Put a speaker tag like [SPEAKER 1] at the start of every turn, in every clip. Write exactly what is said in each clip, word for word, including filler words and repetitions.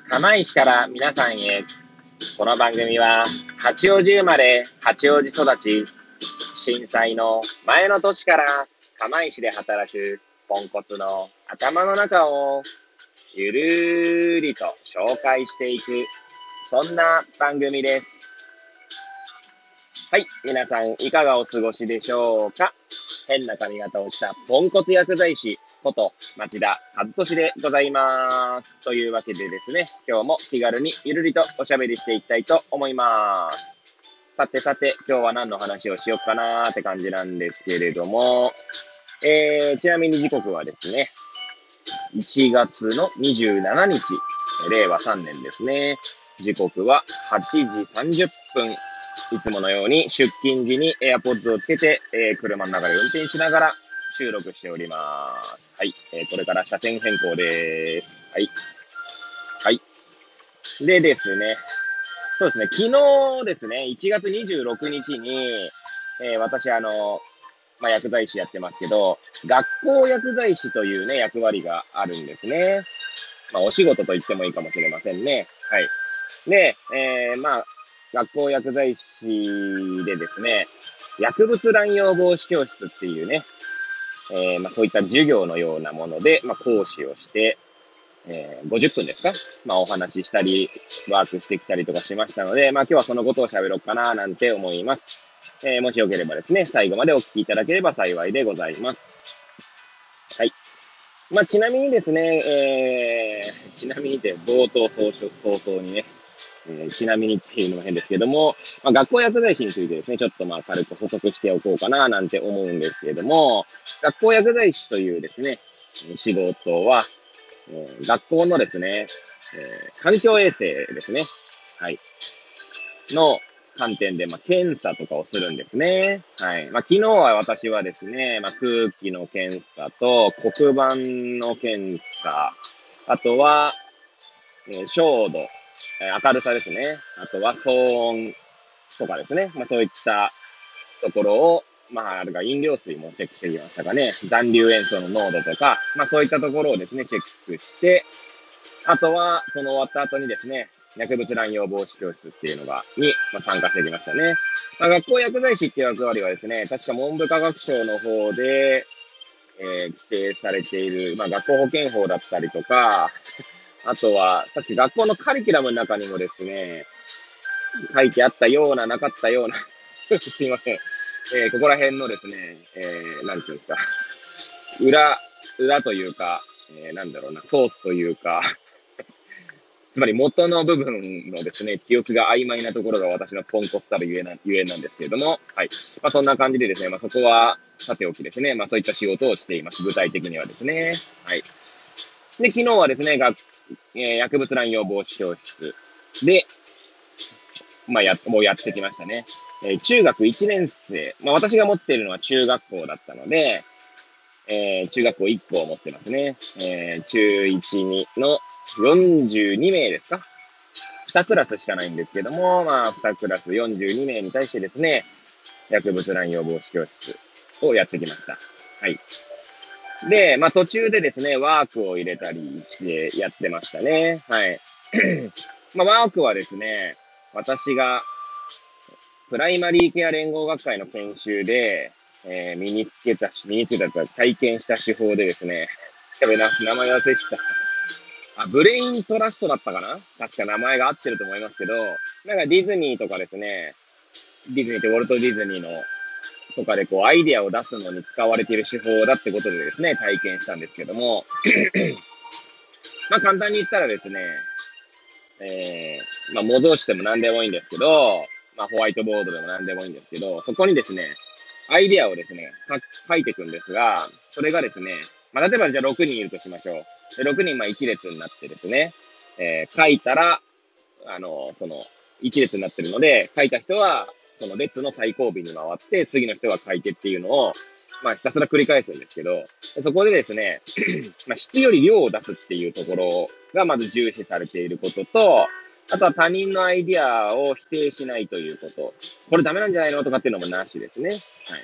[SPEAKER 1] 釜石から皆さんへ。この番組は八王子生まれ八王子育ち、震災の前の年から釜石で働くポンコツの頭の中をゆるーりと紹介していく、そんな番組です。はい、皆さんいかがお過ごしでしょうか。変な髪型をしたポンコツ薬剤師こと町田和俊でございます。というわけでですね、今日も気軽にゆるりとおしゃべりしていきたいと思います。さてさて、今日は何の話をしようかなーって感じなんですけれども、えー、ちなみに時刻はですね、いちがつのにじゅうしちにち、れいわさんねんですね。時刻ははちじさんじゅっぷん。いつものように出勤時に AirPods をつけて、えー、車の中で運転しながら収録しております。はい、えー。これから車線変更です。はい。はい。でですね、そうですね、昨日ですね、いちがつにじゅうろくにちに、えー、私、あの、まあ、薬剤師やってますけど、学校薬剤師というね、役割があるんですね。まあ、お仕事と言ってもいいかもしれませんね。はい。で、えー、まあ、学校薬剤師でですね、薬物乱用防止教室っていうね、えー、まあ、そういった授業のようなもので、まあ、講師をして、えー、ごじゅっぷんですか、まあ、お話ししたり、ワークしてきたりとかしましたので、まあ、今日はそのことを喋ろうかな、なんて思います。えー、もしよければですね、最後までお聞きいただければ幸いでございます。はい。まあ、ちなみにですね、えー、ちなみにで冒頭早々にね、えー、ちなみにっていうのも変ですけども、まあ、学校薬剤師についてですね、ちょっとまあ軽く補足しておこうかななんて思うんですけれども、学校薬剤師というですね、仕事は、えー、学校のですね、えー、環境衛生ですね、はい、の観点で、まあ、検査とかをするんですね。はい。まあ、昨日は私はですね、まあ、空気の検査と黒板の検査、あとは、えー、照度、えー、明るさですね。あとは騒音とかですね。まあ、そういったところを、まあ、あるが飲料水もチェックしてきましたかね。残留塩素の濃度とか、まあ、そういったところをですね、チェックして、あとは、その終わった後にですね、薬物乱用防止教室っていうのが、に、まあ、参加してきましたね。まあ、学校薬剤師っていう役割はですね、確か文部科学省の方で、えー、規定されている、まあ、学校保健法だったりとか、あとは、確か学校のカリキュラムの中にもですね、書いてあったような、なかったような、すいません。えー、ここら辺のですね、えー、なんていうんですか、裏、裏というか、えー、なんだろうな、ソースというか、つまり元の部分のですね、記憶が曖昧なところが私のポンコツたるゆえな、ゆえなんですけれども、はい。まあそんな感じでですね、まあそこはさておきですね、まあそういった仕事をしています。具体的にはですね。はい。で、昨日はですね、学、えー、薬物乱用防止教室で、まあや、もうやってきましたね。えー、中学いちねん生、まあ私が持っているのは中学校だったので、えー、中学校いっこを持ってますね。えー、中いち、にのよんじゅうにめいですか。にクラスしかないんですけども、まあ、にクラスよんじゅうにめいに対してですね、薬物乱用防止教室をやってきました。はい。で、まあ途中でですね、ワークを入れたりしてやってましたね。はい。まあワークはですね、私がプライマリーケア連合学会の研修で、えー、身につけた、身につけたと体験した手法でですね、やべな、名前忘れした。あ、ブレイントラストだったかな、確か名前が合ってると思いますけど、なんかディズニーとかですね、ディズニーってウォルト・ディズニーのとかでこうアイディアを出すのに使われている手法だってことでですね、体験したんですけども、まあ簡単に言ったらですね、えー、まあ模造紙でも何でもいいんですけど、まあホワイトボードでも何でもいいんですけど、そこにですね、アイディアをですね、書いていくんですが、それがですね、まあ例えばじゃあろくにんいるとしましょう。でろくにんまあいち列になってですね、えー、書いたら、あの、その、一列になってるので、書いた人は、その列の最後尾に回って、次の人が書いてっていうのを、まあ、ひたすら繰り返すんですけど、そこでですね、まあ、質より量を出すっていうところがまず重視されていることと、あとは他人のアイディアを否定しないということ。これダメなんじゃないのとかっていうのもなしですね。はい。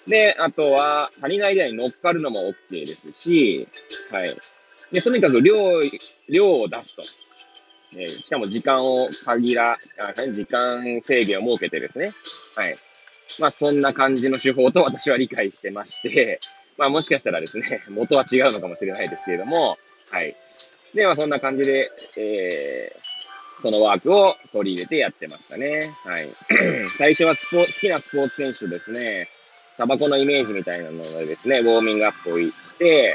[SPEAKER 1] で、あとは、他人のアイディアに乗っかるのも OK ですし、はい。で、とにかく量、量を出すと。 えー、しかも時間を限ら、あ、時間制限を設けてですね。はい。まあそんな感じの手法と私は理解してまして、まあもしかしたらですね、元は違うのかもしれないですけれども、はい。で、まあそんな感じで、えー、そのワークを取り入れてやってましたね。はい。最初はスポ好きなスポーツ選手とですね、タバコのイメージみたいなのでですね、ウォーミングアップをして、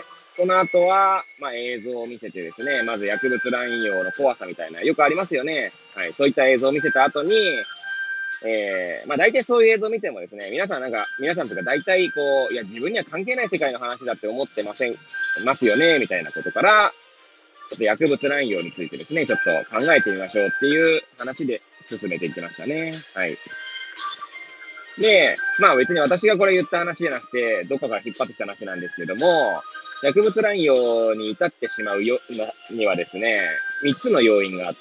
[SPEAKER 1] その後は、まあ映像を見せてですね、まず薬物乱用の怖さみたいな、よくありますよね。はい。そういった映像を見せた後に、えー、まあ大体そういう映像を見てもですね、皆さんなんか、皆さんとか大体こう、いや自分には関係ない世界の話だって思ってません、ますよね、みたいなことから、ちょっと薬物乱用についてですね、ちょっと考えてみましょうっていう話で進めていきましたね。はい。で、まあ別に私がこれ言った話じゃなくて、どっかから引っ張ってきた話なんですけども、薬物乱用に至ってしまうよにはですね、みっつの要因があって、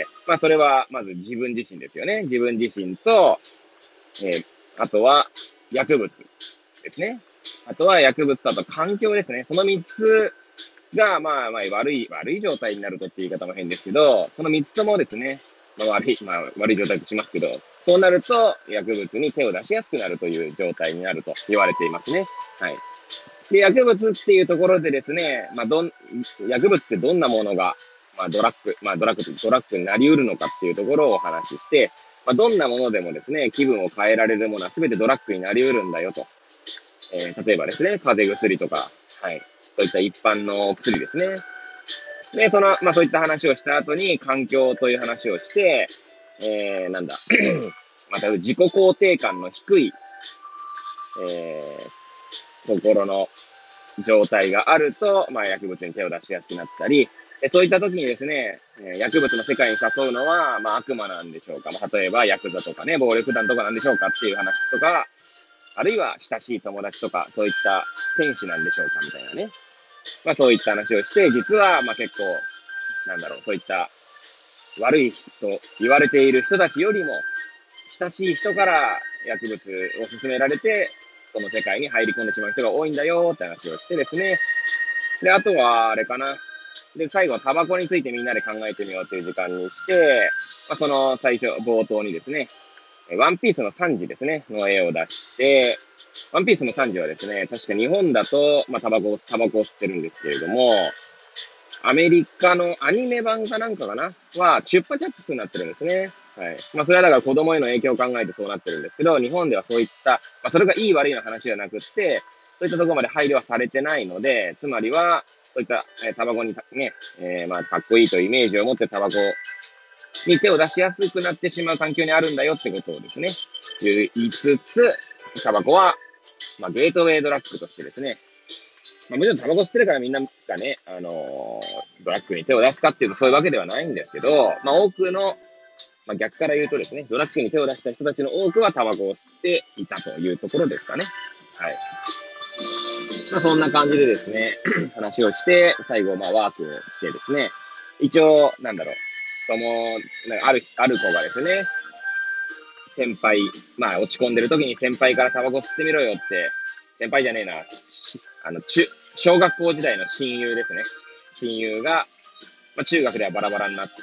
[SPEAKER 1] まあそれはまず自分自身ですよね。自分自身と、えー、あとは薬物ですね。あとは薬物とあと環境ですね。そのみっつが、まあまあ悪い、悪い状態になるとっていう言い方も変ですけど、そのみっつともですね、まあ悪い、まあ悪い状態としますけど、そうなると薬物に手を出しやすくなるという状態になると言われていますね。はい。で、薬物っていうところでですね、まあどん、薬物ってどんなものが、まあドラッグ、まあドラッグ、ドラッグになり得るのかっていうところをお話しして、まあどんなものでもですね、気分を変えられるものは全てドラッグになり得るんだよと。えー、例えばですね、風邪薬とか、はい。そういった一般の薬ですね。で、その、まあそういった話をした後に、環境という話をして、えー、なんだ、また自己肯定感の低い、えー、心の状態があると、まあ薬物に手を出しやすくなったり、そういった時にですね、薬物の世界に誘うのは、まあ悪魔なんでしょうか。まあ例えばヤクザとかね、暴力団とかなんでしょうかっていう話とか、あるいは親しい友達とか、そういった天使なんでしょうかみたいなね。まあそういった話をして、実はまあ結構、なんだろう、そういった悪いと言われている人たちよりも、親しい人から薬物を勧められて、その世界に入り込んでしまう人が多いんだよって話をしてですね。で、あとは、あれかな。で、最後はタバコについてみんなで考えてみようという時間にして、まあ、その最初、冒頭にですね、ワンピースのサンジですね、の絵を出して、ワンピースのサンジはですね、確か日本だと、まあ、タバコを、タバコを吸ってるんですけれども、アメリカのアニメ版かなんかかなは、チュッパチャップスになってるんですね。はい。まあ、それはだから子供への影響を考えてそうなってるんですけど、日本ではそういった、まあ、それがいい悪いの話じゃなくって、そういったところまで配慮はされてないので、つまりは、そういった、えー、タバコにね、えー、まあ、かっこいいというイメージを持ってタバコに手を出しやすくなってしまう環境にあるんだよってことをですね、言いつつ、タバコは、まあ、ゲートウェイドラッグとしてですね、まあ、もちろんタバコ吸ってるからみんながね、あのー、ドラッグに手を出すかっていうとそういうわけではないんですけど、まあ多くの、まあ逆から言うとですね、ドラッグに手を出した人たちの多くはタバコを吸っていたというところですかね。はい。まあそんな感じでですね、話をして、最後まあワークをしてですね、一応、なんだろう、とも、なんかある、ある子がですね、先輩、まあ落ち込んでる時に先輩からタバコ吸ってみろよって、先輩じゃねえな、あの、中、小学校時代の親友ですね。親友が、まあ、中学ではバラバラになって、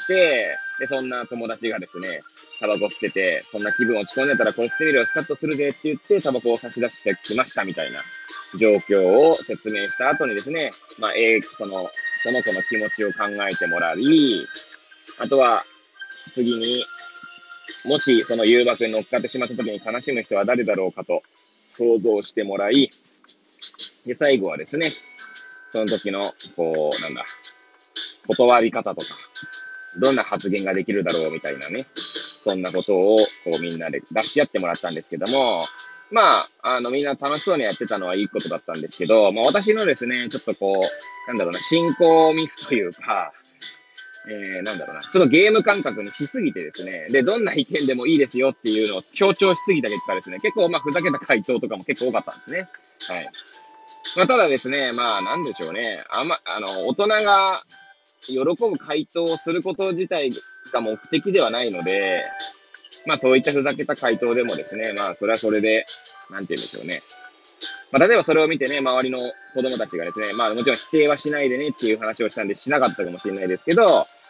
[SPEAKER 1] で、そんな友達がですね、タバコ吸ってて、そんな気分落ち込んでたらこれ吸ってみるよ、スカッとするぜって言って、タバコを差し出してきましたみたいな状況を説明した後にですね、まあ、えー、その、その子の気持ちを考えてもらい、あとは、次に、もしその誘惑に乗っかってしまった時に悲しむ人は誰だろうかと想像してもらい、で、最後はですね、その時の、こう、なんだ、断り方とか、どんな発言ができるだろうみたいなね、そんなことを、こうみんなで出し合ってもらったんですけども、まあ、あの、みんな楽しそうにやってたのはいいことだったんですけど、まあ私のですね、ちょっとこう、なんだろうな、進行ミスというか、えー、なんだろうな、ちょっとゲーム感覚にしすぎてですね、で、どんな意見でもいいですよっていうのを強調しすぎた結果ですね、結構まあふざけた回答とかも結構多かったんですね。はい。まあ、ただですね、まあ、なんでしょうね。あま、あの、大人が喜ぶ回答をすること自体が目的ではないので、まあ、そういったふざけた回答でもですね、まあ、それはそれで、なんて言うんでしょうね。まあ、例えばそれを見てね、周りの子供たちがですね、まあ、もちろん否定はしないでねっていう話をしたんでしなかったかもしれないですけど、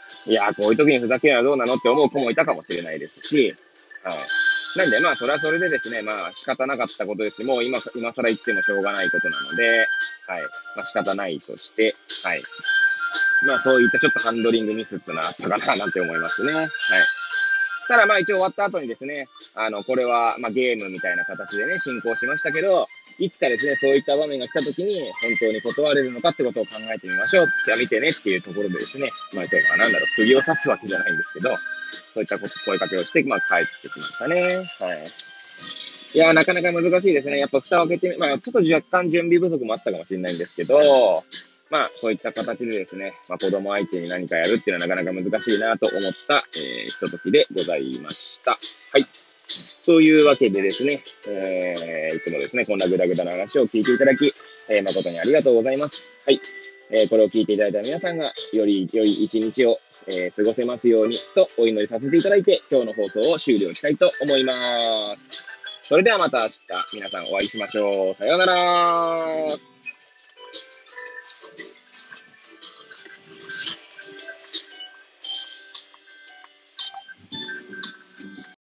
[SPEAKER 1] いやー、こういう時にふざけるのはどうなのって思う子もいたかもしれないですし、はい。なんで、まあ、それはそれでですね、まあ、仕方なかったことですし、もう今、今更言ってもしょうがないことなので、はい。まあ、仕方ないとして、はい。まあ、そういったちょっとハンドリングミスってのはあったかな、なんて思いますね。はい。ただまあ一応終わった後にですね、あの、これはまあゲームみたいな形でね、進行しましたけど、いつかですね、そういった場面が来た時に、本当に断れるのかってことを考えてみましょう。じゃあ見てねっていうところでですね、まあちょっとなんだろう、釘を刺すわけじゃないんですけど、そういったこと声かけをして、まあ帰ってきましたね。はい。いやー、なかなか難しいですね。やっぱ蓋を開けてみ、まあちょっと若干準備不足もあったかもしれないんですけど、まあそういった形でですね、まあ子供相手に何かやるっていうのはなかなか難しいなと思った、えー、ひとときでございました。はい。というわけでですね、えー、いつもですね、こんなグダグダな話を聞いていただき、えー、誠にありがとうございます。はい。えー、これを聞いていただいた皆さんが、より良い一日を、えー、過ごせますようにとお祈りさせていただいて、今日の放送を終了したいと思います。それではまた明日、皆さんお会いしましょう。さようなら。